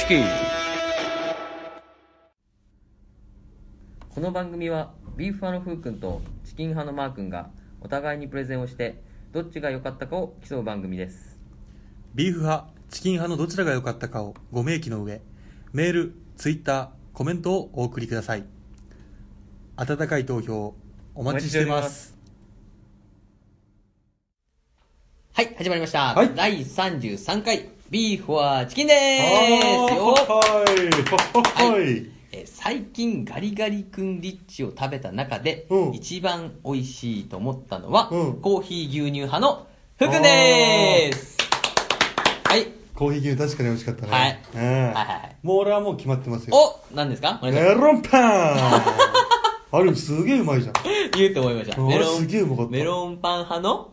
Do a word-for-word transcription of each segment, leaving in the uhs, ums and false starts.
チキン。この番組はビーフ派のふうくんとチキン派のマーくんがお互いにプレゼンをしてどっちが良かったかを競う番組です。 ビーフ派、チキン派のどちらが良かったかをご明記の上、メール、ツイッター、コメントをお送りください。温かい投票お待ちしています。 はい、始まりました、 はい、 だいさんじゅうさんかいビーフはチキンでーすよ。はいはい、えー、最近ガリガリ君リッチを食べた中で、うん、一番美味しいと思ったのは、うん、コーヒー牛乳派のふうくんでーす。はい、 コーヒー牛乳確かに美味しかったね。 はい、 うん、はいはい、もう俺はもう決まってますよ。 お、何ですか？ メロンパンあれすげえうまいじゃん。 言うと思いました。 メロン、すげえうまかった。 メロンパン派の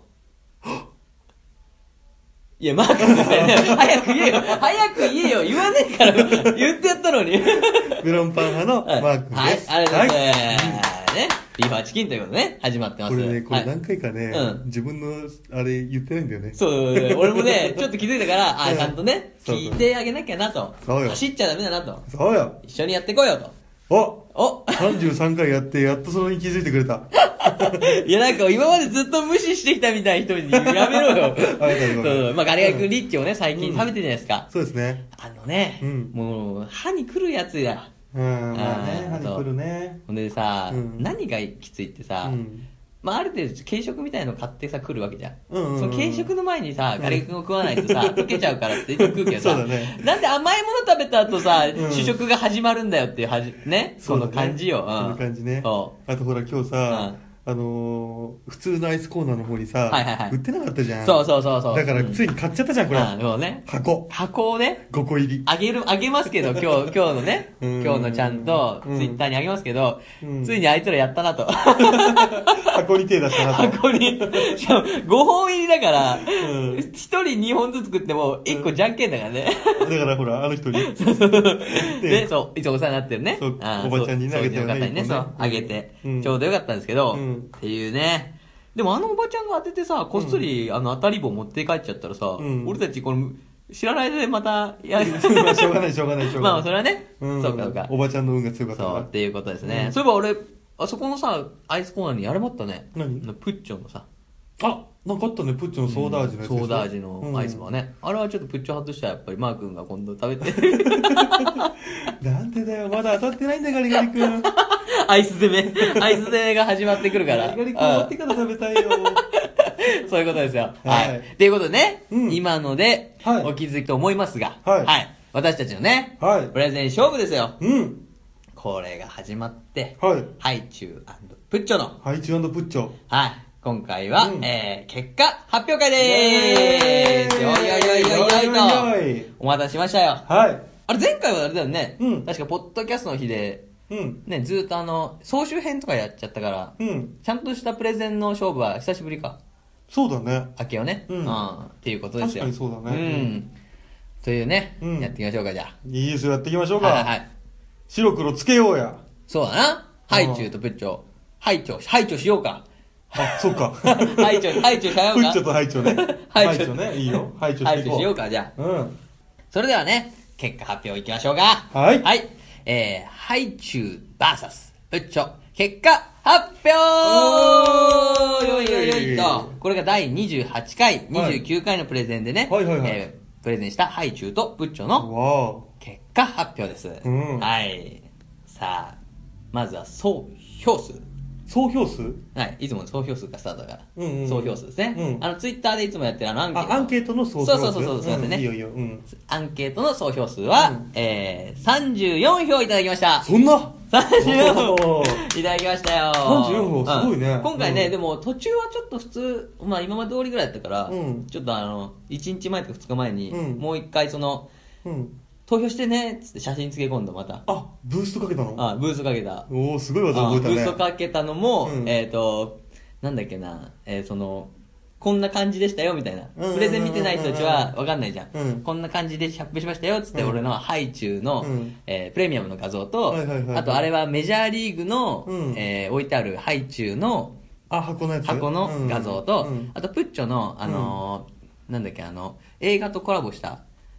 いや、マー君ですよね。早く言えよ。早く言えよ。言わねえから。言ってやったのに。 メロンパン派のマー君です。 はい、ありがとうございます。ね。ビーフはチキンということでね、始まってます。 これね、これ何回かね、はい、うん、自分のあれ言ってないんだよね。 そう、俺もね、ちょっと気づいたから、あ、ちゃんとね、聞いてあげなきゃなと。そうよ。走っちゃダメだなと。 そうよ。 一緒にやってこいよと。 おおさんじゅうさんかいやって、やっとそれに気づいてくれた。 いや、なんか今までずっと無視してきたみたいな人にやめろよ。そう、まあ、ガリガリ君リッチをね、最近食べてるじゃないですか。 うん、そうですね。 あのね、うん、もう、歯に来るやつや。 うん、まあね、歯に来るね。 ほんでさ、うん、何がきついってさ、うん、まあ、ある程度軽食みたいの買ってさ、来るわけじゃん。うんうんうん、その軽食の前にさ、ガリガリ君を食わないとさ、溶けちゃうからって食うけどさ、そうだね、なんで甘いもの食べた後さ、うん、主食が始まるんだよっていうはじ、ね、その感じよ。 その感じね。あとほら今日さ、うんあのー、普通のアイスコーナーの方にさ、はいはいはい、売ってなかったじゃん。 そうそうそうそう。 だからついに買っちゃったじゃん、これ。 あそうね。 箱。 箱をね。 ごこ入り。 あげる、あげますけど、今日、今日のね、今日のちゃんと、ツイッターにあげますけど、ついにあいつらやったなと。 箱に手出したなと。 箱に。しかも、ごほん入りだから、ひとりにほんずつ食っても、いっこじゃんけんだからね。 だからほら、あの人に。 そうそう。で、そう、いつもお世話になってるね。 そう、おばちゃんにね、あげてよかったにね、そう、あげて、ちょうどよかったんですけど、っていうね。でもあのおばちゃんが当ててさ、こっそり、うん、あの当たり棒持って帰っちゃったらさ、うん、俺たちこの知らないでまたやる。 まあしょうがないしょうがないしょうがない。 まあそれはね、うん、そうかそうか。 おばちゃんの運が強かったから。 そうっていうことですね。うん、そういえば俺、あそこのさ、アイスコーナーにあれもあったね。 何？ プッチョのさ。 あ、なんかあったね、プッチョのソーダ味のやつ、 うん。ソーダ味のアイスはね、うん。あれはちょっとプッチョ派としてはやっぱりマー君が今度食べて。 なんでだよ、まだ当たってないんだガリガリ君。 アイス攻め、アイス攻めが始まってくるから。 ガリガリ君終わってから食べたいよ。 そういうことですよ。はい。ということでね、うん、今ので、お気づきと思いますが、はい。はい、私たちのね、はい、プレゼン勝負ですよ。うん。これが始まって、はい。ハイチュウ&プッチョの。 ハイチュウ&プッチョ。 はい。今回は、うん、えー、結果発表会でーす。よいよいよいよいよいと。お待たせしましたよ。はい。あれ前回はあれだよね。うん。確かポッドキャストの日で、うん。ね、ずーっとあの、総集編とかやっちゃったから、うん。ちゃんとしたプレゼンの勝負は久しぶりか。 そうだね。 明けをね。うん。あっていうことですよ。 確かにそうだね。 うん。というね、うん、やっていきましょうか、じゃあ。 いいですよ、やっていきましょうか。 はいはい。 白黒つけようや。 そうだな。ハイチュウとプッチョ。ハイチョウ、ハイチョウしようか。 あ、そうか。 ハイチョウ、ハイチョウしようか。 プッチョとハイチョウね。ハイチョウね。いいよ。ハイチョウしていこう。 ハイチョウしようか、じゃあ。うん。それではね、結果発表いきましょうか。 はい。 はい。えー、ハイチュウ ブイエス プッチョ、結果発表よいよいよいと。これがだいにじゅうはちかい、にじゅうきゅうかいのプレゼンでね、はいはいはいはい、えー、プレゼンしたハイチュウとプッチョの結果発表です。うん、はい。さあ、まずは総票数。 総票数？ はい。いつもの総票数がスタートだから。うんうんうん、総票数ですね。うん、あの、ツイッターでいつもやってるあのアンケート。 あ、アンケートの総票数。 そうそうそう、そうですね、うん。 いいよいいよ。うん。 アンケートの総票数は、うん、えー、さんじゅうよんひょういただきました。 そんな ? さんじゅうよんほういただきましたよ。 さんじゅうよんほうすごいね。 うん、今回ね、うん、でも途中はちょっと普通、まあ今まで通りぐらいだったから、うん、ちょっとあの、いちにちまえとかふつかまえに、うん、もう一回その、うん投票してねっつって写真付け込んだまた。 あ、ブーストかけたの？ あ、ブーストかけた。 おー、すごい技覚えたね。 ブーストかけたのも、うん、えっ、ー、と、なんだっけな、えー、その、こんな感じでしたよみたいな。プレゼン見てない人たちはわかんないじゃん。うん、こんな感じで発表しましたよっつって、うん、俺のハイチュウの、うんえー、プレミアムの画像と、はいはいはいはい、あとあれはメジャーリーグの、うんえー、置いてあるハイチュウの、 あ、箱のやつ箱の画像と、うんうん、あとプッチョの、あのーうん、なんだっけ、あの、映画とコラボした、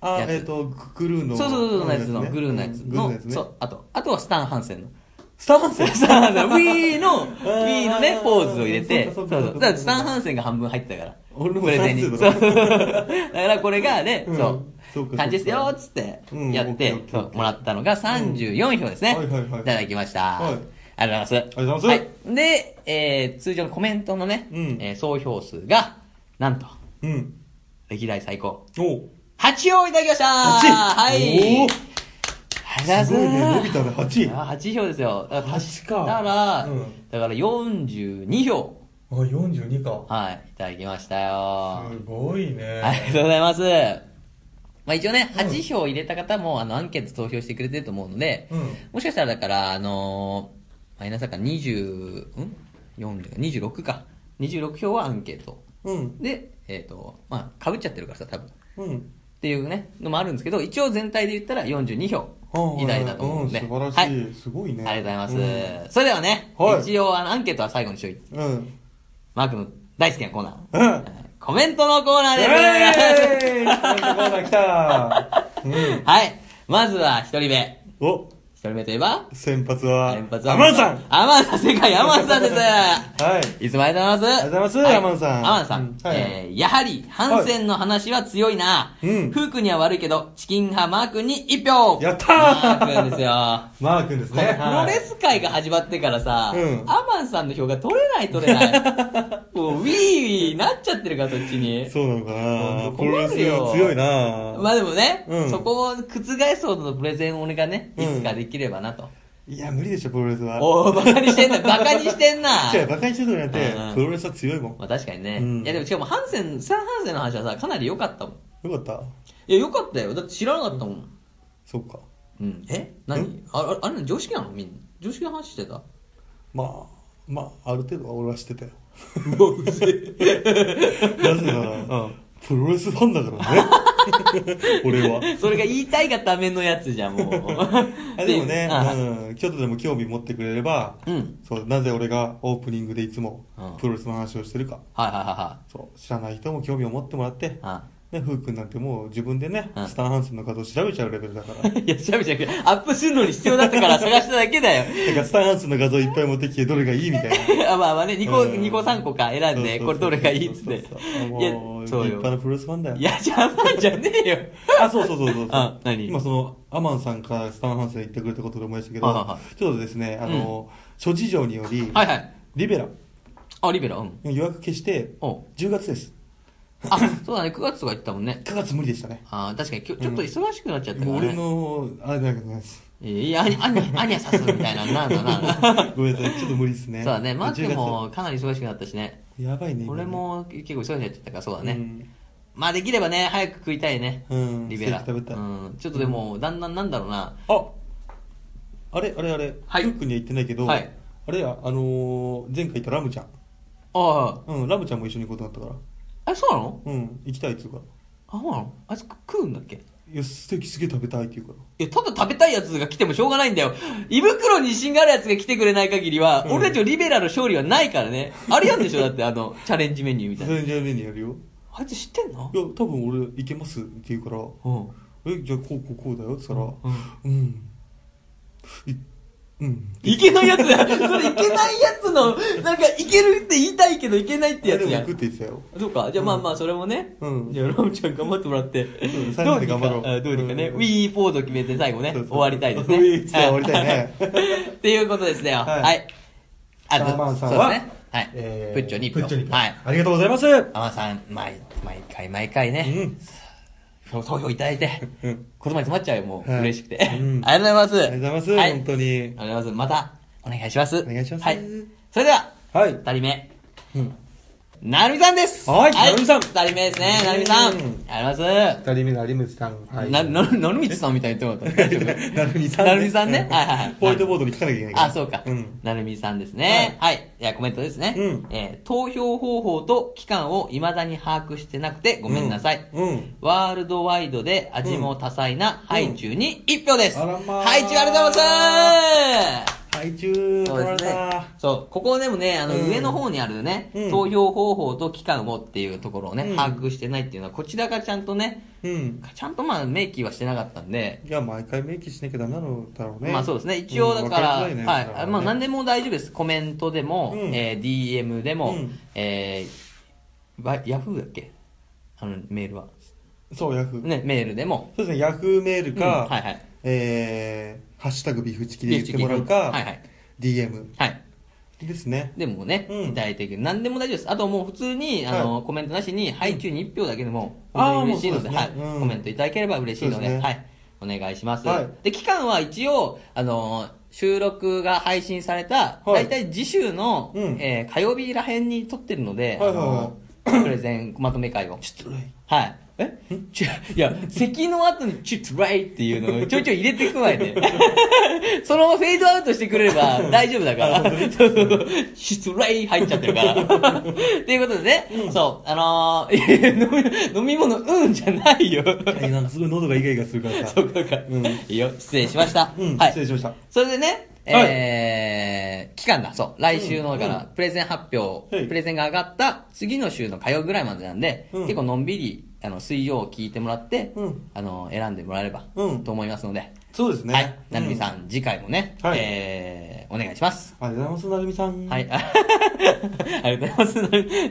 あ、 やつ。 えっと、グルーの。 そうそうそう、のやつの、グルーのやつの。 グルーのやつね。 そう、あと、あとはスタン・ハンセンの。 スタン・ハンセンスタン・ハンセン。ウィーの、ウィーのね、ポーズを入れて、 そそううそう。 かそうかだからスタン・ハンセンが半分入ってたから。 俺のプレゼンに。 算そう。 数だだからこれがね、 うんそうそうか。 感じですよ、つってうんやってオッケーオッ、ケーそうもらったのがさんじゅうよん票ですね。 はいはいはいいただきました。 はいありがとうございます。 ありがとうございますはい。で、えー、通常のコメントのね、 うんえー総票数が、なんと、 うん。 歴代最高。 おう。 はち票いただきましたはちはい。 おーありがとうございます。 すごいね、伸びたね、はち。 あはち票ですよ。だから足しはちかたら、 うんだからよんじゅうに票。 あ、よんじゅうにか。 はい、いただきましたよ。 すごいね。 ありがとうございます。まあ一応ね、はち票入れた方も、あの、アンケート投票してくれてると思うので、 うん。 もしかしたらだから、あのー、マイナスだからにじゅう、ん ?よん で、にじゅうろくか。にじゅうろく票はアンケート。 うん。 で、えっ、と、まあ、被っちゃってるからさ、多分。っうん。 ていうね、のもあるんですけど、一応全体で言ったらよんじゅうに票いただいたと思うので。 ん、素晴らしい。 はい。 すごいね。 ありがとうございます。 うそれではね、 はい一応あのアンケートは最後にしといて、 ん。うん。 マークの大好きなコーナー。 うん。 コメントのコーナーです。 えーイコメントコーナー来たうん。 はい。まずは一人目。 お、 一人目といえば、 先発は、 先発はアマンさんアマンさん、世界アマンさんです。 はい。 いつもありがとうございます。 ありがとうございますはいアマンさんアマンさん。 うんはいえー、やはり、ハンセンの話は強いな。 うんフー君には悪いけど、チキン派マー君に一票。 やったーマー君ですよ。 マー君ですね。 プロレス界が始まってからさ、 うんアマンさんの票が取れない取れない。もう、ウィーウィーなっちゃってるから、そっちに。 そうなのかなうんプロレス困るよ強いなまあでもね、 うんそこを覆すほどのプレゼンを俺がね、いつかできればなと。 いや、無理でしょ、プロレスは。 おー、バカにしてんな、バカにしてんな。 違う、バカにしてるとなんてうん、 プロレスは強いもん。 まあ確かにね。 うんいやでもしかもハンセン、サンハンセンの話はさ、かなり良かったもん。 よかったいや、良かったよ。だって知らなかったもん。 そっか。 うん。え何あ、ああれ常識なのみんな。常識の話してたまあ、まあ、ある程度は俺は知ってたよ。 うわ、うぜなぜなら、プロレスファンだからね。俺は。 それが言いたいがためのやつじゃん、もう。 あでもね、 あうん、ちょっとでも興味持ってくれれば、 うん。 そう、なぜ俺がオープニングでいつもうんプロレスの話をしてるか、 はいはいはいはそう、知らない人も興味を持ってもらってい。、あね、ふうくんなんてもう自分でね、 うんスタンハンセンの画像調べちゃうレベルだから。だいや、しゃべしゃべ、アップするのに必要だったから探しただけだよ。 からスタンハンセンの画像いっぱい持ってきてどれがいいみたいな。 あまあまあね、2個、 うん二個さんこか選んで、これどれがいいっつってそうそうそう。 いやもう、立そうよ。 派なプロレスファンだよ。 いや、邪魔じゃねえよ。 あ、そうそうそうそうそう。 あ何今その、アマンさんからスタンハンセン言ってくれたことで思いましたけど、 はいはいはちょっとですね、あの、諸事情により、 はいはい。 リベラ、 あ、リベラ、うん。 予約消して、 おうじゅうがつです。 あ、そうだね、くがつとか言ってたもんね。 くがつ無理でしたね。 あ確かに、きょちょっと忙しくなっちゃったかもう俺らね。 の、あれだけどね。 いや、いや、アニャ、アニャさすみたいな、なんだな。 ごめんなさい、ちょっと無理ですね。 そうだね、マー 10 ク月もかなり忙しくなったしね。 やばいね、今ね俺、も結構忙しくなっちゃったから、そうだね。 うんまあできればね、早く食いたいね。 うんリベラ。 ステーキ食べたいうん。ちょっとでも、だんだんなんだろうな。 ああれあれあれ、 はいフックには言ってないけど、 はいあれや、あのー、前回言ったラムちゃん。 あうん、ラムちゃんも一緒に行くことになったかあ、え、そうなのら。うん、行きたいっつうから。 あ、そうなのあいつ食うんだっけいや、ステーキすげえ食べたいって言うから。 いや、ただ食べたいやつが来てもしょうがないんだよ。胃袋に自信があるやつが来てくれない限りは、 うん俺たちのリベラの勝利はないからね。あれやんでしょだってあの、チャレンジメニューみたいな。 それじゃあメニューやるよ。 あいつ知ってんのいや、多分俺行けますって言うから、 うん。 え、じゃあこうこうこうだよって言ったら、 うんうん。いうん。 いけないやつだよ。それいけないやつの、なんかいけるって言いたいけどいけないってやつやんいやでも行く。って言ってたよ。 そうか。じゃあまあまあ、それもね。 うんじゃあ、ラムちゃん頑張ってもらって。 ん三人で頑張ろうどうにかあどうにかね。 うんウィーポーズ決めて最後ねそう、そう終わりたいですね。 ウィーって終わりたいねっていうことですね。 はいはい。あシャーマンさんはそうですね。はい。 えープッチョに一票。 プッチョに一票はい。 ありがとうございます。 アマさん、毎、毎回毎回ね、 うん。 投票いただいて、 うん。 言葉に詰まっちゃうよ、もう。 はい嬉しくて。 うんありがとうございます。 ありがとうございます。 はい。 本当に。 ありがとうございます。また、お願いします。 お願いしますはい。それでは、 はい。 二人目。 うん。 なるみさんですはいなるみさん二人目ですね、なるみさん。 うんありがとうございます。 二人目の有光さん。はい。 な、な、なるみつさんみたいに言ってもらった。 なるみさん。 なるみさんね。はいはいはい。 ホワイトボードに書かなきゃいけないから。 あ、そうか。 うん。 なるみさんですね。はい。いや、コメントですね。 うんえー投票方法と期間を未だに把握してなくてごめんなさい。 うん。 ワールドワイドで味も多彩なハイチュウに一票です。 あらまあハイチュウありがとうございます。 ハハイチュウ取られた。 そう、ここでもね、あの、上の方にあるね、投票方法と期間をっていうところをね、把握してないっていうのは、こちらがちゃんとね、ちゃんとまあ、明記はしてなかったんで。 いや、毎回明記しなきゃダメなのだろうね。 まあそうですね。一応だから、はい。まあ何でも大丈夫です。コメントでも、えー、ディーエム でも、えー、ヤフーだっけあの、メールは。 そう、ヤフー。 ね、メールでも。 そうですね、ヤフーメールか、 はいはい。 えー、ハッシュタグビフチキで言ってもらうか、はいはい。ディーエム。 はい。ですね。でもね、いただいてるけど、何でも大丈夫です。あともう普通に、あの、コメントなしに、ハイチュウにいち票だけでも、本当に嬉しいので、はい。コメントいただければ嬉しいので、はい。お願いします。で、期間は一応、あの、収録が配信された、だいたい次週の、え火曜日らへんに撮ってるので、あの、プレゼンまとめ会を。 ちょっとね。 はい。えちょ、いや、咳の後にチュットライっていうのをちょいちょい入れてくわいで。そのままフェードアウトしてくれれば大丈夫だから。そうそうそう。シュットライ入っちゃってるから。っていうことでね、うん、そう、あのー、飲み、飲み物、うんじゃないよ。 いや、なんかすごい喉がイガイガするからさ。 そうか、うん。いいよ、失礼しました。 うん、はい。失礼しました。 それでね、えー、期間だ、そう。来週の、だから、プレゼン発表、プレゼンが上がった次の週の火曜ぐらいまでなんで、結構のんびり、あの、水曜を聞いてもらって、あの、選んでもらえれば、と思いますので。 そうですね。 はい。なるみさん、次回もね、えー、お願いします。 ありがとうございます、なるみさん。 はい。ありがとうございます。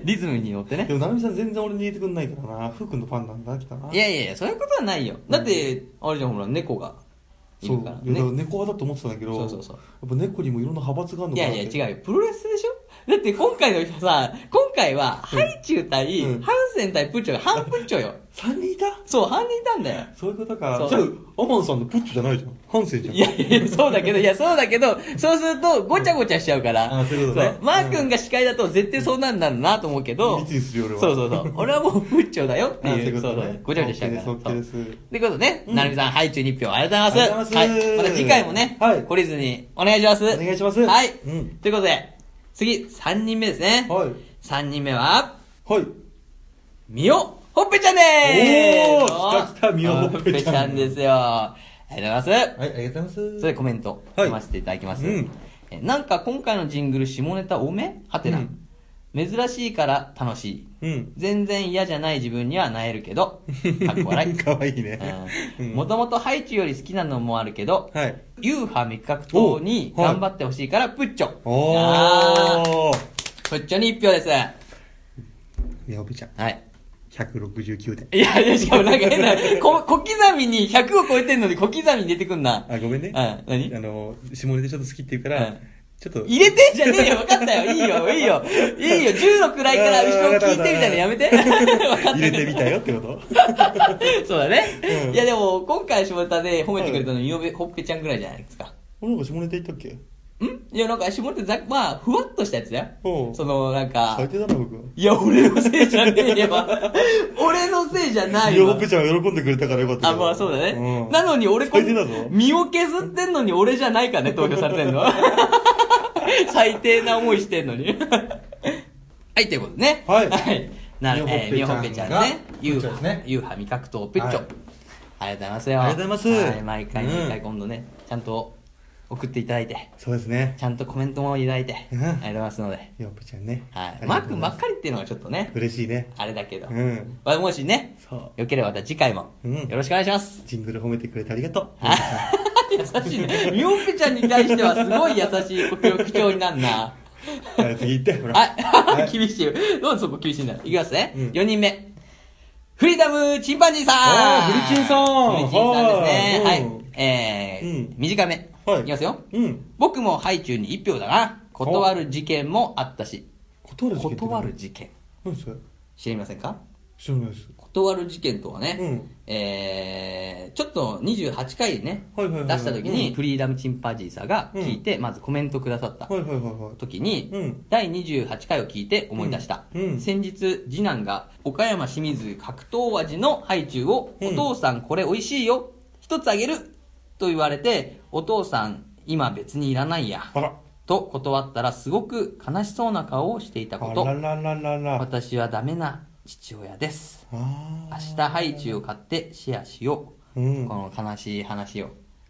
リズムに乗ってね。 でも、なるみさん全然俺に入れてくんないからな。ふうくんのファンなんだ、来たな。 いやいやいや、そういうことはないよ。だって、あれじゃん、ほら、猫が。 そう。いや、だから猫派だと思ってたんだけど、そうそうそう。やっぱ猫にもいろんな派閥があるのかな。 いやいや、違うよ。プロレスでしょだって今回のさ、今回は、ハイチュウ対、ハンセン対プッチョが半プッチョよ。 さんにんいたそう、半人いたんだよ。 そういうことか。じゃあ、アマンさんのプッチョじゃないじゃん。ハンセンじゃん。 いやいや、そうだけど、いや、そうだけど、そうすると、ごちゃごちゃしちゃうから。 あ、そういうことね。 マー君が司会だと絶対そうなんだろうなと思うけど、 密にするよ、俺は。 そうそうそう。俺はもうプッチョだよっていう。 そうそう。 ごちゃごちゃしちゃうから。 そうです。 ってことでね、なるみさん、ハイチュウにいち票ありがとうございます。はい。また次回もね、懲りずにお願いします。お願いします。 はい。ということで、次、さんにんめですね。はい。さんにんめは、 はい。 みおほっぺちゃんでーす。 おー、来た来た、みおほっぺちゃん。 ほっぺちゃんですよ。ありがとうございます。 はい、ありがとうございます。 それでコメント読ませていただきます。うんえなんか今回のジングル下ネタ多めはてな。珍しいから楽しい。うん、全然嫌じゃない自分にはなえるけど、かっこ笑い。 かわいいね。 もともとハイチュウより好きなのもあるけど、はい、ユーハ味覚糖に頑張ってほしいからプッチョ。おー。プッチョにいち票です。 みおぺちゃん。 はい。 ひゃくろくじゅうきゅうてん。 いやいや、しかもなんか変な、こ小刻みにひゃくを超えてんのに小刻みに出てくんな。 あ、ごめんね。うん、何あの、下ネタちょっと好きって言うから、うんちょっと。 入れてんじゃねえよ、分かったよ。いいよ、いいよ。いいよ、じゅうの位から後ろを聞いてみたいなのやめて。分かった。 入れてみたよってことそうだね。うん、いやでも、今回下ネタで褒めてくれたのに、ほっぺちゃんぐらいじゃないですか。 なんか下ネタ言ったっけんいや、なんか下ネタざ、まあ、ふわっとしたやつだよ。その、なんか。 最低だな、僕。 いや、俺のせいじゃねえよ。俺のせいじゃないよ。ほっぺちゃんが喜んでくれたからよかったあ、まあそうだね。うん、なのに俺こ、身を削ってんのに俺じゃないからね、投票されてんの。最低な思いしてんのに。はい、ということでね。はい。はい。なる、えー、みほっぺちゃんね。ユーハ、ユーハ味覚糖プッチョ。ありがとうございますよ。 ありがとうございます。はい、 毎回毎回今度ね、ちゃんと送っていただいて。 そうですね。 ちゃんとコメントもいただいて。ありがとうございますので。 みほっぺちゃんね。 はい。マー君ばっかりっていうのがちょっとね。 嬉しいね。 あれだけど。うん。もしね、よければまた次回も、よろしくお願いします。 ジングル褒めてくれてありがとう。 優しいね。みほっぺちゃんに対してはすごい優しい口調になんな。 次行って、ほら。 はい。厳しい。どうそこ厳しいんだ。いきますね。よにんめ。フリーダムチンパンジーさんあー、フリチンさんフリチンさんですね。はい。えー、短め。いきますよ。僕もハイチュウにいち票だな。断る事件もあったし。 断る事件断る事件。 何それ知りませんか知らないです。 断る事件とはね、うん、えー、ちょっとにじゅうはちかいね、出した時に、フリーダムチンパンジーさんが聞いて、うん、まずコメントくださった時に、うん、だいにじゅうはちかいを聞いて思い出した。うん、先日、次男が岡山清水格闘味のハイチュウを、お父さんこれ美味しいよ、一つあげると言われて、お父さん今別にいらないや。と断ったらすごく悲しそうな顔をしていたこと。私はダメな父親です。明日ハイチュウを買ってシェアしよう。うん、この悲しい話を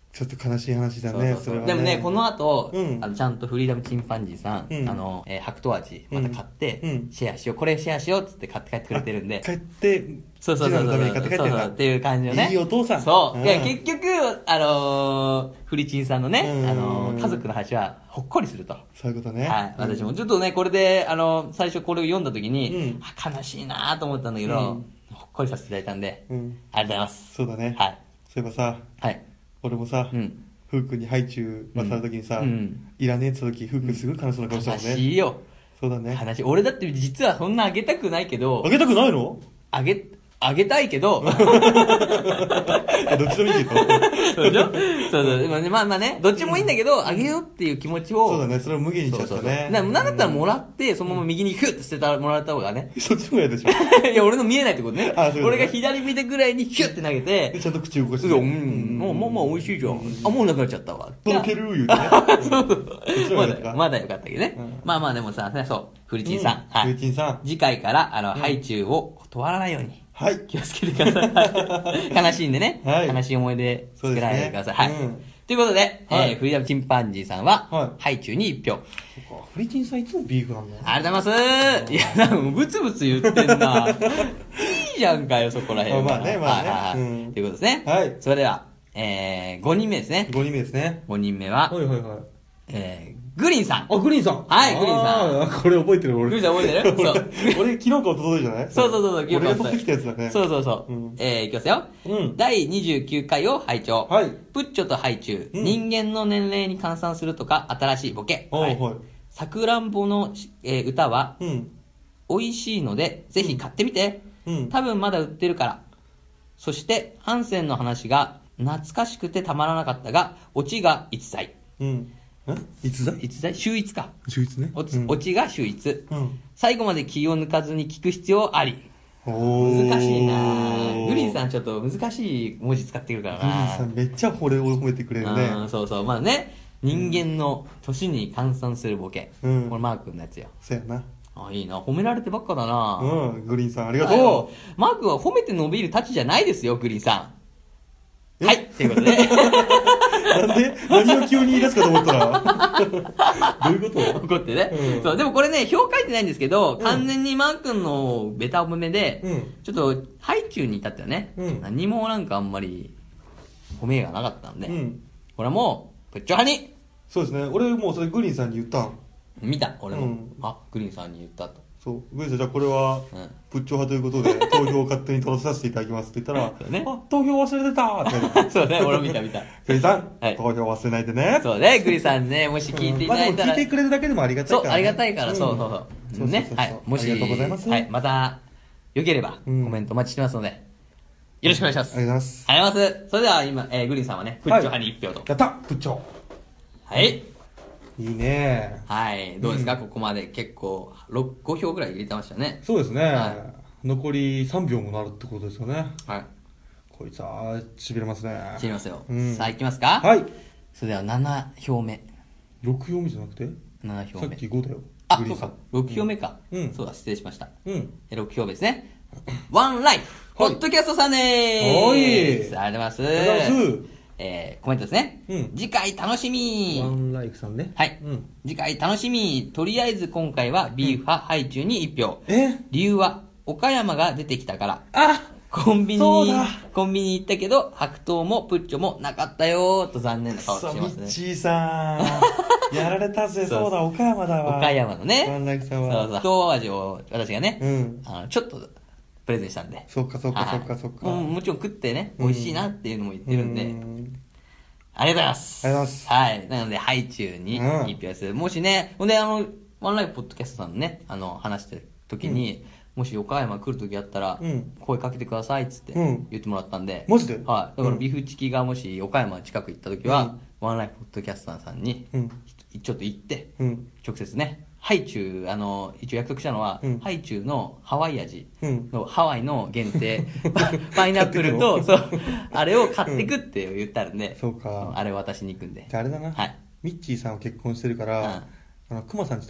ちょっと悲しい話だね、 そうそうそうそれはね。 でもね、この後、 うんあのちゃんとフリーダムチンパンジーさん、 うんあの、えー白桃味また買って、 うんシェアしよう、これシェアしようっつって買って帰ってくれてるんで。 帰って、 そうそうそうそう。 次男のために買って帰ってんだ。 そうそうっていう感じのね。 いいお父さん。 そう。 んいや、結局、あのー、フリチンさんのね、 うんあのー、家族の話はほっこりすると。 そういうことね。 はい。私もちょっとね、これで、あの、最初これを読んだ時に、 うんあ悲しいなと思ったんだけど、 うんほっこりさせていただいたんで、 うん。 ありがとうございます。 そうだね。 はい。 そういえばさ、 はい。 俺もさう、ん。 ふうくんにハイチュウ渡るときにさうんうん、 いらねえって言ったとき、ふうくんすぐ悲しそうな顔した悲もんね。 しいよ。 そうだね。 悲しい。俺だって実はそんなあげたくないけどあ、げたくないのあげ、あげたいけど、 えどっちでもいいけど。 そうでしょそうそう。でもねまあまあね、どっちもいいんだけど、あげようっていう気持ちを。 そうだね、それを無限にしちゃったそうそうそうね。 ななんだったらもらって、そのまま右にヒュッて捨てたもらった方がね。 そっちの方が嫌でしょ。 いや、俺の見えないってことね。 あそういうことね俺が左見てぐらいにヒュッて投げてで、、ちゃんと口動かして。 そううん、もう、もう、もう美味しいじゃん。あ、もうなくなっちゃったわ。 とろける言うてね。 そうそうこっちのまだ、 方がいいかまだよかったけどね。 うんまあまあでもさ、そう、フリチンさん。はふうい。 ちんさん。 次回から、あの、ハイチュウを断らないように。 はい。 気をつけてください。悲しいんでね。 はい悲しい思い出作らないでください。はい。 そうですねうんということで、 はいえー、フリーダムチンパンジーさんは、 はいハイチュウに一票。 フリチンさんいつもビーフなんだよ。 ありがとうございます。いや、なんかもうブツブツ言ってんな。いいじゃんかよ、そこら辺は。 まあねまあねはいはいはいうんということですね。 はいそれでは、えー、ごにんめですね。 ごにんめですね。 ごにんめは、 はいはいはい。 えー、グリーンさん。 あ、グリーンさん。 はいグリーンさんあーこれ覚えてる俺。 グリーンさん覚えてるそう俺、昨日か一昨日じゃないそうそうそうそう、 俺が取ってきたやつだね。 そうそうそう。 うんえー、いきますよ。 うんだいにじゅうきゅうかいを拝聴。 はいプッチョとハイチュウ、 うん人間の年齢に換算するとか、新しいボケ。 おうはい。 さくらんぼの、えー歌は、 うん。 美味しいので、ぜひ買ってみて。 うん。 多分まだ売ってるから。そして、ハンセンの話が懐かしくてたまらなかったが、オチが逸材。 うん。んいつだ逸材秀逸か。 秀逸ね。 オチ,、 うんオチが秀逸。 うん。 最後まで気を抜かずに聞く必要あり。 おー難しいなぁグリーンさんちょっと難しい文字使ってくるからグリなーンさんめっちゃ俺を褒めてくれるうね。 んそうそう。まあね、人間の年に換算するボケ。 うんこれマー君のやつよ。 そうやな。 あ、いいな。褒められてばっかだなうん。グリーンさんありがあのとマー君は褒めて伸びるたちじゃないですよ、グリーンさん。 えはい、ということで。 う。なんで何を急に言い出すかと思ったら。どういうこと怒ってね、 うんそう。でもこれね、表書いてないんですけど、 ん完全にマー君のベタ褒めで、 うんちょっと、ハイチュウに至ってはね、 うん何もなんかあんまり褒めがなかったんで、 うん。 これはもう、プッチョ派にそうですね。俺もうそれグリーンさんに言ったん。 見た、俺も。 うんあ、グリーンさんに言ったと。 そう。グリーンさんじゃあこれは、 うん。 プッチョ派ということで、投票を勝手に取らさせていただきますって言ったら、 そうねあ、投票忘れてたーって言われて。 そうね、俺も見た見た。 グリーンさん、 はい投票忘れないでね。 そうね、グリさんね、もし聞いていただいたら。 まあでも聞いてくれるだけでもありがたいそう、 から、 ありがたいから、 んそうそうそう。 そうそうそうね、はい。もし、 ありがとうございますはい、また、よければ、コうんメントお待ちしてますので、よろしくお願いします。 ありがとうございます。 ありがとうございます。それでは今、えー、グリーンさんはね、プッチョ派に一票と。 やったプッチョはい。 いいねはい。どうですか、ここまで結構、ろく、ご票ぐらい入れてましたね。 そうですね、 は残りさんびょうもなるってことですよね。 はい。 こいつは、しびれますね。 知りますよ。 うんさあ、いきますか。 はい。 それではなな票目。 ろく票目じゃなくてなな票目。 さっきごだよ。 あ、そうかグリーンさん。。 ろく票目か。 うんそうだ、失礼しました。 うん。 えろく票目ですね。ワンライフ、ポはいッドキャストさんでーす。 おいありがとうございます。 ありがとうございます。 えー、コメントですね。 うん次回楽しみワンライフさんね。 はい、 うん。 次回楽しみとりあえず今回はビーフ派、ハイチュウにいち票。 え理由は、岡山が出てきたから。 あコンビニにそうだ、 コンビニ行ったけど、白桃もプッチョもなかったよーと残念な顔くそ、 してますね。 ミッチーさん。やられたぜ、 そうそうだ、岡山だわ。 岡山のね。 ワンライフさんそうは。 そう。白桃味を私がね、 うん。 あの、ちょっとプレゼンしたんで。 そっかそっかはいそっかそっか。 もうもちろん食ってね、美味しいなっていうのも言ってるんで、 うんありがとうございます。 ありがとうございますはい。なので、ハイチュウにうん一票です。もしね、ほんで、あの、ワンライフポッドキャストさんのね、あの、話してる時に、もし岡山来る時あったら、 うん声かけてくださいっつってうん言ってもらったんで、 マジではい。だからうんビフチキがもし岡山近く行った時は、ワンライフポッドキャストさんに、 うんちょっと行って、 うん。 直接ね、ハイチュウ、あの、一応約束したのは、 うんハイチュウのハワイ味うんの、ハワイの限定、パパイナップルと、そう、あれを買ってくって言ってあるんで、 そうかあれ渡しに行くんで。 じゃああれだな。 はい。 ミッチーさんは結婚してるから、あの、クマさんにしてもらおう。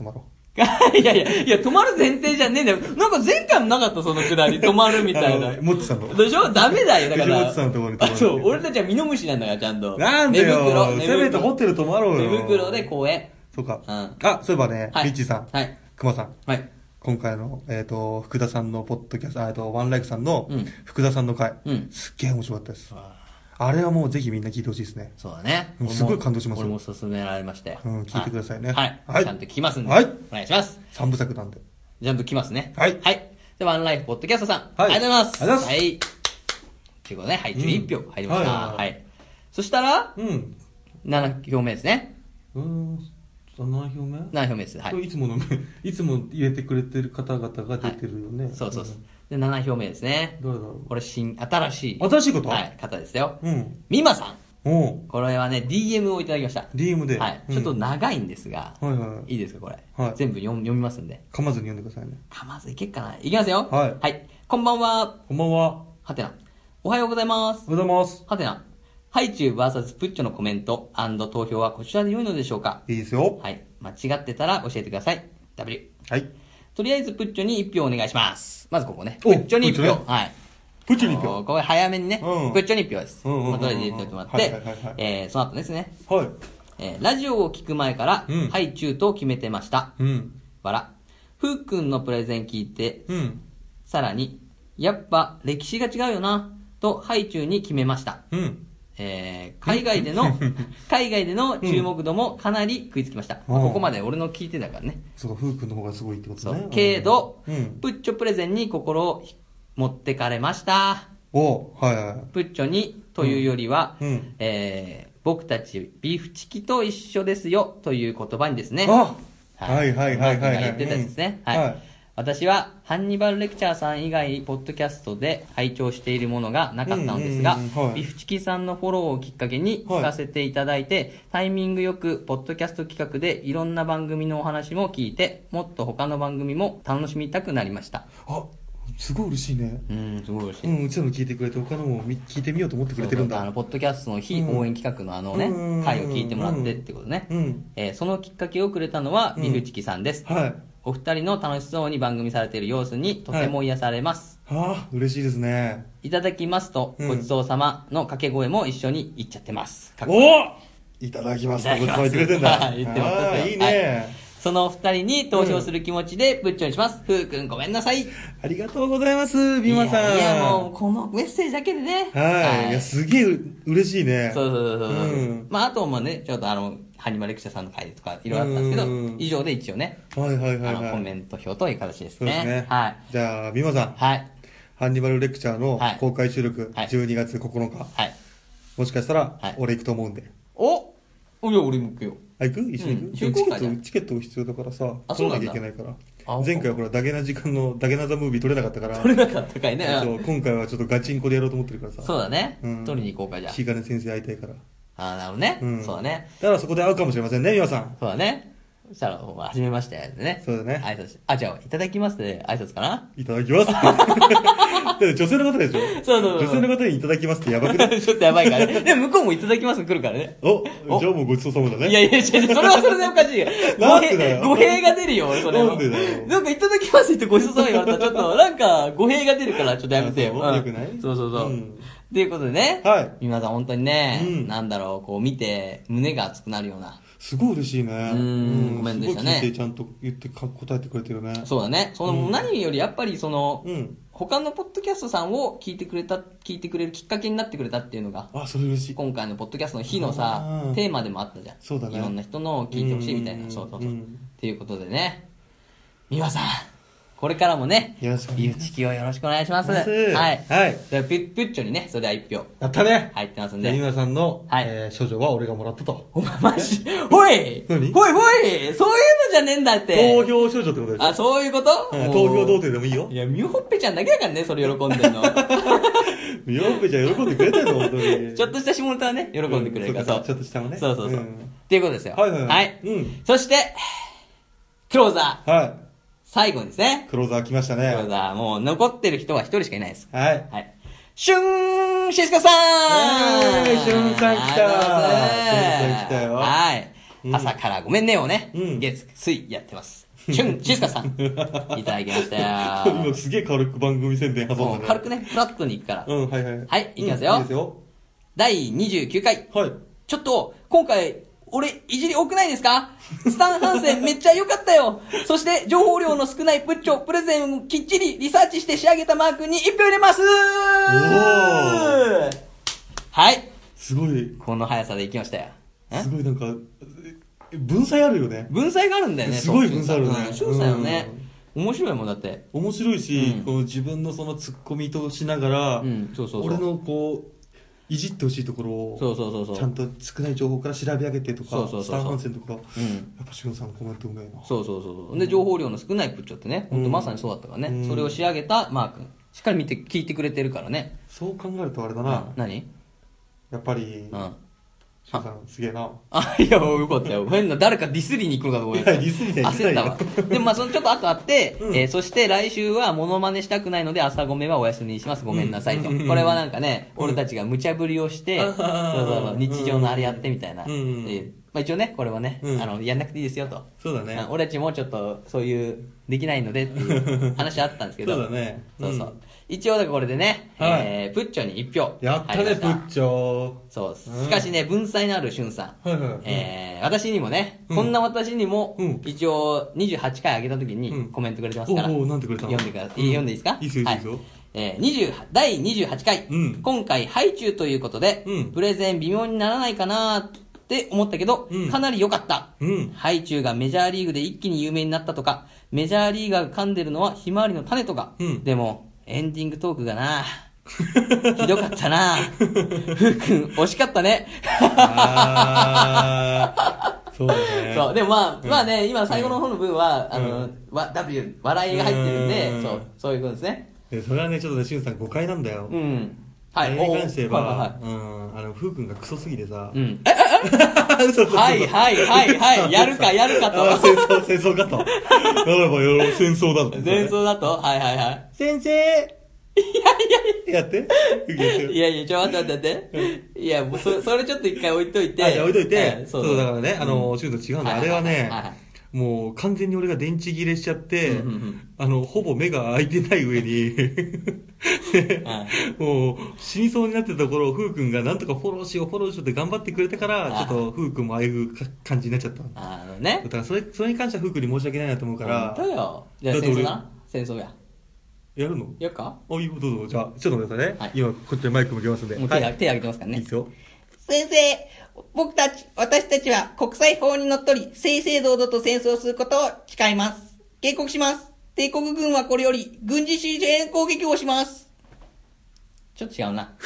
いやいや、いや、止まる前提じゃねえんだよ。なんか前回もなかった、そのくだり。止まるみたいな。 もっちさんの。 でしょダメだよ、だから。 もっちさんのところに止まる。 あ、そう、俺たちはミノムシなんだから、ちゃんと。 なんでよ。せめてホテル泊まろうよ。 寝袋で公園。 そうか。うん。あ、そういえばね、 はい、 ミッチーさん。 はい。 熊さん。 はい。 今回の、えっ、ー、と、福田さんのポッドキャスト、えっと、ワンライフさんの、福田さんの回、うん、すっげえ面白かったです。あれはもうぜひみんな聞いてほしいですね。 そうだね。 すごい感動しますよ。 俺も勧められまして。 うん、聞いてくださいね。 はい。はい。ちゃんと聞きますんで。 はい。 お願いします。 三部作なんで。 ちゃんと聞きますね。 はい。 はい。で、ワンライフポッドキャストさん。はい。ありがとうございます。 ありがとうございます。 はい。ということで、はい、じゅういち票入りました。はい。そしたら、うん。なな票目ですね。 うん。なな票目 ? なな 票目です。はい。 いつもの、いつも入れてくれてる方々が出てるよね。 そうそうそう。で、なな票目ですね。 どうだろう。 これ、新、新しい。 新しいことはい、方ですよ。 うん。 みまさん。 おこれはね、ディーエム をいただきました。 ディーエム で。 はい。ちょっと長いんですが。はいはい。いいですか、これ。はい。全部読みますんで。 噛まずに読んでくださいね。 噛まずいけっかな。いきますよ。 はい。 はい。こんばんは。 こんばんは。 はてな。おはようございます。 おはようございます。 はてな。ハイチュウ ブイエス プッチョのコメント&投票はこちらで良いのでしょうか？ いいですよ。 はい。間違ってたら教えてください。W。 はい。 とりあえずプッチョにいち票お願いします。まずここね。プッチョにいち票。ね、はい。 プッチョにいち票。 これ早めにね。 うん、 プッチョにいち票です。 うんうんうんうん、 まあ、とりあえず入れておいてもらって、えー、その後ですね。 はい。 えー、ラジオを聞く前から、うん、ハイチュウと決めてました。 うん。 わら。ふうくんのプレゼン聞いて、 うん。 さらに、やっぱ歴史が違うよな、とハイチュウに決めました。 うん。 えー、海外での、海外での注目度もかなり食いつきました。うん、ここまで俺の聞いてたからね。 そうか、ふうくんの方がすごいってことね。 そう。けど、うん、プッチョプレゼンに心を持ってかれました。 おはいはい。 プッチョにというよりは、 うん、 えー、僕たちビーフチキと一緒ですよという言葉にですね。 あはいはいはいはい、はい。 言ってたやつですね。はい。はい私はハンニバルレクチャーさん以外ポッドキャストで拝聴しているものがなかったのですが、ビフチキさんのフォローをきっかけに聞かせていただいて、はい、タイミングよくポッドキャスト企画でいろんな番組のお話も聞いて、もっと他の番組も楽しみたくなりました。 あ、すごい嬉しいね。 うん、すごい嬉しい。 うん、うちらの聞いてくれて他のも聞いてみようと思ってくれてるんだ。 そうそうあのポッドキャストの非応援企画のあのね、うん、回を聞いてもらってってことね。うんえー、そのきっかけをくれたのはビフチキさんです。 うん、はい。 お二人の楽しそうに番組されている様子にとても癒されます。 はい、はあ、嬉しいですね。 いただきますと、ごちそうさまの掛け声も一緒に言っちゃってます。 おいただきますとごちそう言ってくれてんだ。 言ってますよ。 いいね、 はい。そのお二人に投票する気持ちでプッチョにします。ふうくんごめんなさい。 ありがとうございます、ビマさん。 いや、いやもうこのメッセージだけでね。 はい。はい、いや、すげえ嬉しいね。 そうそうそうそう。うん、まああともね、ちょっとあの、ハニマレクチャーさんの回とかいろいろあったんですけど、以上で一応ね。 はいはいはい、はい。 あの、コメント票という形ですね。 そうですね。 はい。 じゃあ、ビマさん。 はい。 ハンニバルレクチャーの公開収録、じゅうにがつここのか。はい。もしかしたら、俺行くと思うんで。 おいや、俺も行くよ。 あ、行く一緒に行く、うん、チケット、チケット必要だからさ、取らなきゃいけないから。前回ほら、ダゲな時間の、ダゲなザムービー撮れなかったから。 撮れなかったかいね。 そう、今回はちょっとガチンコでやろうと思ってるからさ。 そうだね。うん、撮りに行こうか、じゃあ。 シーカネ先生会いたいから。 ああ、なるほどね。うん。そうだね。 だからそこで会うかもしれませんね、皆さん。 そうだね。そしたら、はじめましてでね。 そうだね。 挨拶あ、じゃあ、いただきますで挨拶かないただきます。だって女性の方でしょそうそうそう。 女性の方にいただきますってやばくない？ ちょっとやばいからね。でも向こうもいただきます来るからね。 おじゃあもうごちそうさまだね。 いやいや、違う違う、それはそれでおかしいよ。 なんでだよ。 語弊が出るよ、それは。 なんでだよ。 なんかいただきますってごちそうさま言われたら、ちょっと、なんか、語弊が出るから、ちょっとやめてよ。 よくない？ そうそうそう。ということでね。はい。皆さん本当にね、なんだろう、こう見て、胸が熱くなるような。 すごい嬉しいね。 うん、ごめんでしたね。 すごい聞いてちゃんと言って答えてくれてるね。 そうだね。その、何よりやっぱりその、他のポッドキャストさんを聞いてくれた、聞いてくれるきっかけになってくれたっていうのが、 あ、それ嬉しい。 今回のポッドキャストの日のさ、テーマでもあったじゃん。 そうだね。 いろんな人の聞いてほしいみたいな。そうそうそう。っていうことでね、美和さん。これからもね、 よろしくビーフチキをよろしくお願いします。 はい。 はい。では、プッ、プッチョにね、それでは一票。 やったね。 入ってますんで。 今さんの、はい。えー、処女は俺がもらったと。 お前マジ、ほい何ほいほいそういうのじゃねえんだって。 投票処女ってことでしょあ、そういうこと、 うん、投票童貞でもいいよ。 いや、ミュホッペちゃんだけだからね、それ喜んでんの。 ミュホッペちゃん喜んでくれてんの本当に。 ちょっとした下ネタはね、喜んでくれるから、そう。 ちょっとしたもね。 そうそうそう。っていうことですよ。 はいはいはい。 はい。うん。そして、クローザー。 はい。 最後にですね。 クローザー来ましたね。 クローザー、もう残ってる人は一人しかいないです。 はい。 はい。シュンシスカさんえー、シュンさん来た。シュンさん来たよ。 はい。 うん、朝からごめんねをね、 うん、 月、水やってます。しゅん、しすかさん、いただきましたよ。 今すげえ軽く番組宣伝挟んだね。 軽くね、フラットに行くから。 うん、はいはい。 はい、いきますよ。 うん、いいですよ。 だいにじゅうきゅうかい。 はい。 ちょっと、今回、俺、いじり多くないですか？スタンハンセンめっちゃ良かったよ。そして、情報量の少ないプッチョ、プレゼンをきっちりリサーチして仕上げたマークにいっぴょう入れますー。おー。はい。 すごい。 この速さでいきましたよ。 すごいなんか、文才あるよね。 文才があるんだよね。 すごい文才あるね。 しゅんさんよね。面白いもんだって。 面白いし、うん、この自分のそのツッコミとしながら、うん、そうそうそう俺のこう、いじってほしいところを、そうそうそうそうちゃんと少ない情報から調べ上げてとか、そうそうそうスタンハンセンとか、うん、やっぱしゅんさんコメントうめえな。 そうそうそう。で、情報量の少ないプッチョってね、本当まさにそうだったからね、うん、それを仕上げたマー君。しっかり見て、聞いてくれてるからね。 そう考えるとあれだな。うん、 何やっぱり、うん。しゅんさん、すげえな。 あ、いや、よかったよ。変な、誰かディスりに行くのかと思った。 いや、ディスりじゃない。 焦ったわ。でもまあ、そのちょっと後あって、うん、えー、そして来週はモノマネしたくないので朝ごめんはお休みにします。ごめんなさいと。うん、これはなんかね、うん、俺たちが無茶ぶりをして、そうそうそう日常のあれやってみたいな。うんうんえーまあ、一応ね、これはね、うん、あの、やんなくていいですよと。 そうだね。 俺たちもちょっと、そういう、できないのでっていう話あったんですけど。 そうだね。 そうそう。一応だからこれでね、はい、えー、プッチョにいっぴょう。 やったね、プッチョ。 そう。しかしね、文才のあるしゅんさん。はいはい。えー、私にもね、うん、こんな私にも、うん、一応にじゅうはちかい上げた時にコメントくれてますから。 うん、おおなんてくれたの？ 読んでください。読んでいいですか？ いいですよ、いいですよ。 えー、にじゅう、だいにじゅうはちかい。うん、今回、ハイチュウということで、うん、プレゼン微妙にならないかなって思ったけど、うん、かなり良かった。うん、ハイチュウがメジャーリーグで一気に有名になったとか、メジャーリーガーが噛んでるのはひまわりの種とか、うん、でも、エンディングトークがなひどかったなふうくん、惜しかったね。あーそうだね。そう、でもまあ、うん、まあね、今最後の方の分は、うん、あの、わ W、笑いが入ってるんで、うん、そう、そういうことですね。 それはね、ちょっとね、しゅんさん誤解なんだよ。うん。はい。あれに関して言えば、はいはいはい、うん、あの、ふうくんがクソすぎてさ。うん。え、え、えはいはいはいはい。やるかやるかと。 戦争、戦争かと。ならばよろ、戦争だと。 戦争だとはいはいはい。 先生いやいややって。 いやいや、ちょ、待って待って待って。いや、もうそ、それちょっと一回置いといて。 あ、じゃあ置いといて。そう、だからね、あの、シュート違うんだ。あれはね、もう完全に俺が電池切れしちゃって、あの、ほぼ目が開いてない上に、もう死にそうになってたところを、ふうくんがなんとかフォローしよう、フォローしようって頑張ってくれたから、ちょっとふうくんもああいう感じになっちゃった。 あのね。 だからそれ、それに関してはふうくんに申し訳ないなと思うから。 本当よ。じゃあ戦争な戦争や。 やるのやるかあ、いいよ、どうぞ。じゃあ、ちょっと待ってくださいね。はい、今、こっちでマイク向けますんで。 もう手、はい、手挙げてますからね。 いいですよ。 先生、僕たち、私たちは国際法にのっとり、正々堂々と戦争することを誓います。警告します。帝国軍はこれより、軍事主義へ攻撃をします。ちょっと違うな。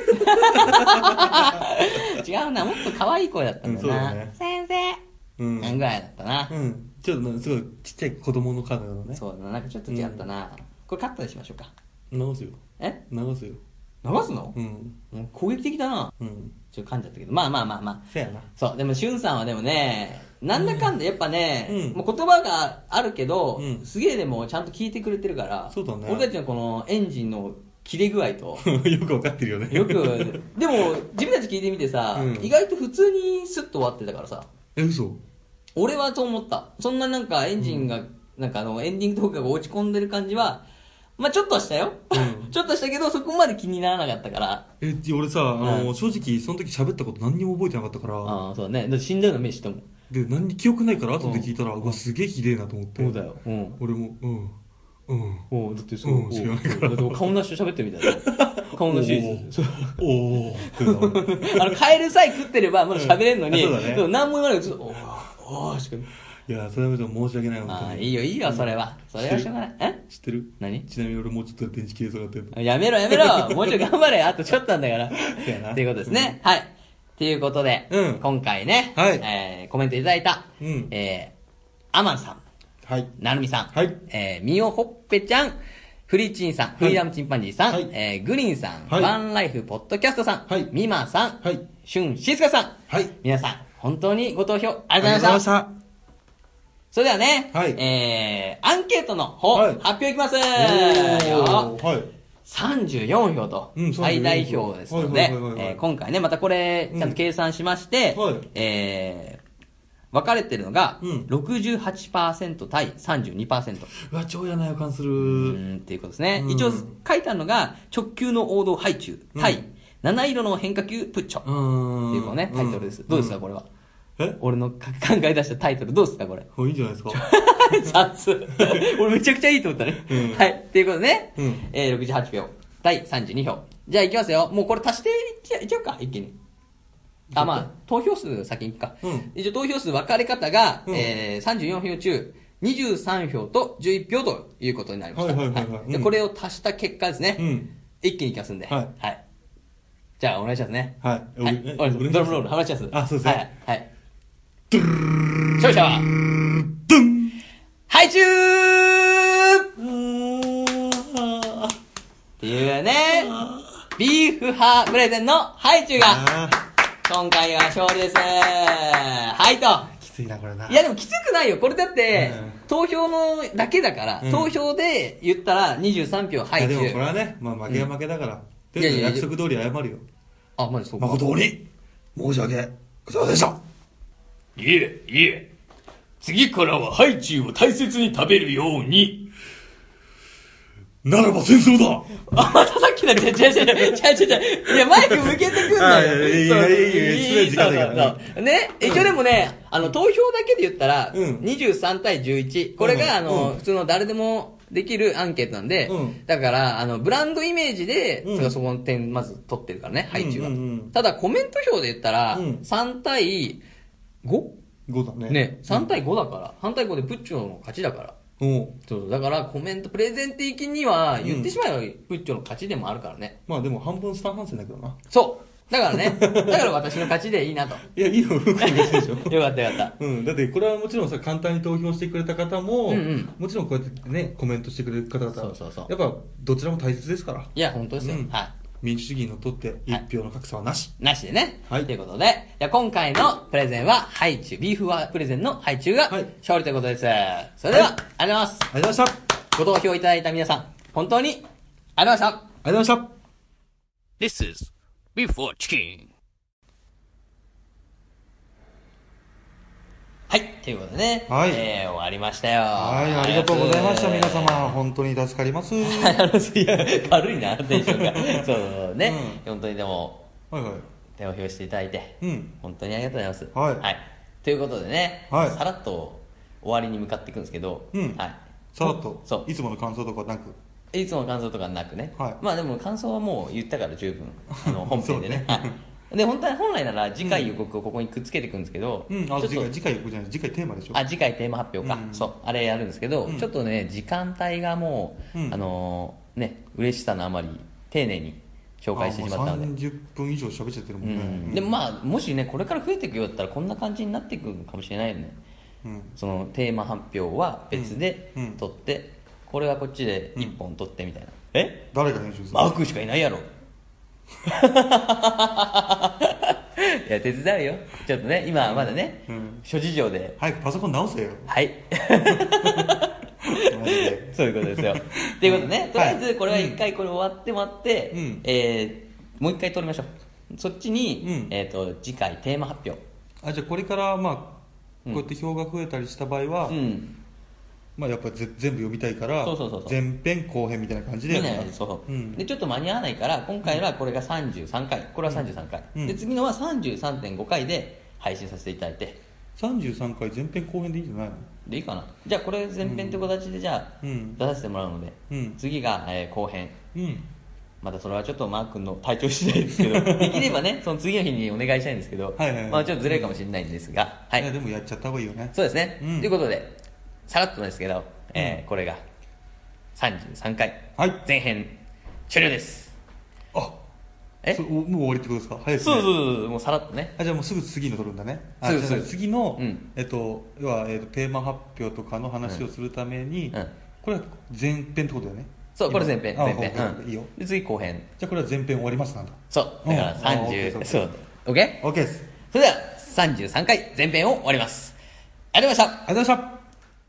違うな。もっと可愛い声だったんだよな。うん、そうだね。先生。うん。ぐらいだったな。 うん。ちょっと、すごいちっちゃい子供のカメラのね。 そうだな。なんかちょっと違ったな。うん、これカットにしましょうか。 流すよ。 え流すよ。 流すの？うん。もう攻撃的だな。うん。ちょっと噛んじゃったけど。まあまあまあまあ。 そうやな。 そう。でも、しゅんさんはでもね、なんだかんだやっぱね、うん、もう言葉があるけど、うん、すげえでもちゃんと聞いてくれてるから、 そうだね。 俺たちのこのエンジンの切れ具合と。 よくわかってるよね。 よく、でも、自分たち聞いてみてさ、うん、意外と普通にスッと終わってたからさ。 え、嘘？ 俺はそう思った。そんななんかエンジンが、うん、なんかあの、エンディングトークが落ち込んでる感じは、まあちょっとしたよ、うん、ちょっとしたけどそこまで気にならなかったから。 え俺さ、あの、うん、正直その時喋ったこと何にも覚えてなかったから。 ああそうだね。だって死んだような目してもで何に記憶ないから後で聞いたら、うん、うわすげえひでえなと思って。 そうだよ、うん、 俺もうんうんおだってそう、うん、 知らないからだって顔なしで喋ってるみたいな顔なしおおあのカエルさえ食ってればまだ喋れんのに、うん、そうだね、何も言わないでおおおしかいやそれはちょっと申し訳ない。 ああいいよいいよそれは、それはしょうがない。え知ってる？ 何？ ちなみに俺もうちょっと電池切れそうになってる。 やめろやめろもうちょい頑張れあとちょっとなんだからっていうことですね、うん、はいっていうことで、うん、今回ね、はい、えー、コメントいただいた、うん、えー、アマンさん、 はい、 なるみさん、 はい、 えー、みおほっぺちゃん、フリーチンさん、はい、フリーダムチンパンジーさん、はい、えー、グリーンさん、はい、ワンライフポッドキャストさん、はい、ミマさん、はい、シュンシスカさん、はい、皆さん、本当にご投票ありがとうございました。それではね、はい、えー、アンケートの方、はい、発表いきますよ、はい、さんじゅうよんひょうと最大票ですので、今回ね、またこれ、ちゃんと計算しまして、うん、えー、 分かれてるのが、ろくじゅうはちパーセント 対 さんじゅうにパーセント。 うわ、超嫌な予感する。 うん、っていうことですね。一応書いてあるのが、直球の王道ハイチュウ対、七色の変化球プッチョ。っていうのね、タイトルです。どうですか、これは。え俺の考え出したタイトルどうですか、これ。 いいんじゃないですか。 雑。俺めちゃくちゃいいと思ったね。はい。っていうことでね、えー、ろくじゅうはちひょう対さんじゅうにひょう。じゃあいきますよ。もうこれ足していっちゃうか、一気に。あ、まあ、投票数先に行くか。うん、一応投票数分かれ方が、うん、えー、さんじゅうよんひょう中、にじゅうさんひょうとじゅういちひょうということになりました。はいはいはい、はい。で、これを足した結果ですね。うん、一気にいきますんで。はい。はい。じゃあ、お願いしますね。はい。はい。ドラムロール、話します。あ、そうですね。はい。はい。ドゥル勝者は、ドゥンハイチューっていうね、ビーフ派プレゼンのハイチュウが、今回は勝利です。はいと。 きついな、これな。 いや、でもきつくないよ。これだって、投票のだけだから、投票で言ったらにじゅうさんひょうハイチュウ。 いや、でもこれはね、まあ負けは負けだから。とりあえず約束通り謝るよ。 あ、マジそうか。 誠に、申し訳ございませんでした。 いえ、いえ。次からはハイチュウを大切に食べるように。 ならば戦争だ。 あ、またさっきの、ちゃちゃちゃちゃちゃちゃいや、マイク向けてくんだよ。いやいやいやいや、いい時間だから。ね、一応でもね、あの、投票だけで言ったら、にじゅうさん対じゅういち。これが、あの、普通の誰でもできるアンケートなんで、だから、あの、ブランドイメージで、そこの点、まず取ってるからね、ハイチュウは。ただ、コメント票で言ったら、さん対 ご? ご だね。 ね、さん対ごだから、さん対ごでプッチョの勝ちだから。そうそう。だからコメント、プレゼン的には言ってしまえばプッチョの勝ちでもあるからね。 まあでも半分スタンハンセンだけどな。 そう。だからね。だから私の勝ちでいいなと。 いや、いいよ、僕の勝ちでしょ。 よかったよかった。 うん。だってこれはもちろんさ、簡単に投票してくれた方も、うんうん、もちろんこうやってね、コメントしてくれる方々。そうそうそう。やっぱどちらも大切ですから。 いや、本当ですよ。うん、はい。 民主主義にのっとって一票の格差はなし。 なしでね。はい。ということで、じゃあ今回のプレゼンはハイチュウ、ビーフはプレゼンのハイチュウが勝利ということです。それでは、はい、ありがとうございます。 ありがとうございました。 ご投票いただいた皆さん、本当にありがとうございました。ありがとうございました。This is Beef or Chicken。 はい。ということでね。はい。えー、終わりましたよ。 はい。ありがとうございました、皆様。本当に助かります。いや、軽いな、テンションが。そうね、うん。本当にでも、はいはい。手を票していただいて、うん。本当にありがとうございます。はい。はい。ということでね、はい。さらっと終わりに向かっていくんですけど、うん。はい。 さらっとそう。いつもの感想とかなくいつもの感想とかなくね。はい。まあでも感想はもう言ったから十分。あの、本編でね。はい。で、本当は本来なら次回予告をここにくっつけていくんですけど、 うん、あ、次回、次回予告じゃない、次回テーマでしょ。 あ、次回テーマ発表か。うん、そう、あれやるんですけど、うん、ちょっとね、時間帯がもう、うん、あのー、ね、嬉しさのあまり、丁寧に紹介してしまったので。 さんじゅっぷん以上喋っちゃってるもんね。うん、 でもまあ、もしね、これから増えていくようだったら、こんな感じになっていくかもしれないよね。うん、その、テーマ発表は別で撮って、これはこっちでいっぽん撮ってみたいな。 え誰が編集するマークしかいないやろ。いや手伝うよちょっとね今はまだね、うん、諸事情で早くパソコン直せよはいそういうことですよっていうことね、とりあえずこれは一回これ終わってもらって、うん、えー、もう一回撮りましょうそっちに、うん、えー、と次回テーマ発表あじゃあこれからまあこうやって票が増えたりした場合は、うんまあ、やっぱり全部読みたいから前編後編みたいな感じでやるそう、うん、でちょっと間に合わないから今回はこれがさんじゅうさんかいこれはさんじゅうさんかい、うん、で次のは さんじゅうさんてんごかいで配信させていただいてさんじゅうさんかい前編後編でいいんじゃないのでいいかなじゃあこれ前編という形でじゃあ、うん、出させてもらうので、うん、次が、えー、後編、うん、またそれはちょっとマー君の体調次第ですけどできればねその次の日にお願いしたいんですけどはいはい、はい、まあちょっとずれるかもしれないんですが、はい、 いやでもやっちゃった方がいいよねそうですね、うん、ということでさらっとですけどえー、これがさんじゅうさんかい、はい、前編終了です。 あえもう終わりってことですか早いですね。そうそうそうもうさらっとねあじゃあもうすぐ次の撮るんだねあすぐ次の、うんえっと要は、えっと、テーマ発表とかの話をするために、うんうん、これは前編ってことだよねそうこれ前編前編、 うん、いいよで次後編じゃあこれは前編終わりますなんだそうだからさんじゅうそう OK? OK ですそれではさんじゅうさんかい前編を終わりますありがとうございましたありがとうございました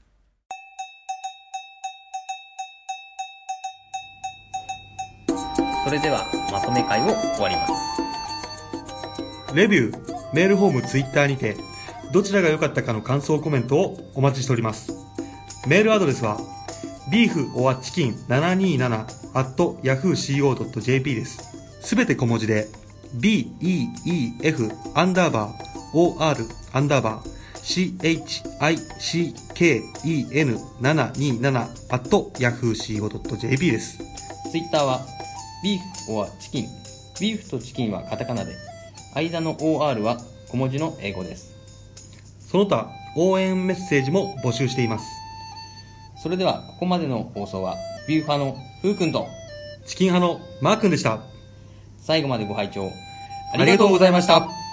それではまとめ会を終わります。 レビュー、メールフォーム、ツイッターにてどちらが良かったかの感想コメントをお待ちしております。メールアドレスは ビーフ オア チキンななにーなな アット ヤフー シーオー ドット ジェーピー です。すべて小文字で ビー イー イー エフ アンダーバー オー アール アンダーバー シー エイチ アイ シー ケー イー エヌ ななにーなな アット ヤフー シーオー ドット ジェーピー です。 ツイッターはビーフ オア チキン。ビーフとチキンはカタカナで、間の オーアール は小文字の英語です。 その他応援メッセージも募集しています。 それではここまでの放送はビーフ派のふうくんとチキン派のマーくんでした。 最後までご拝聴ありがとうございました。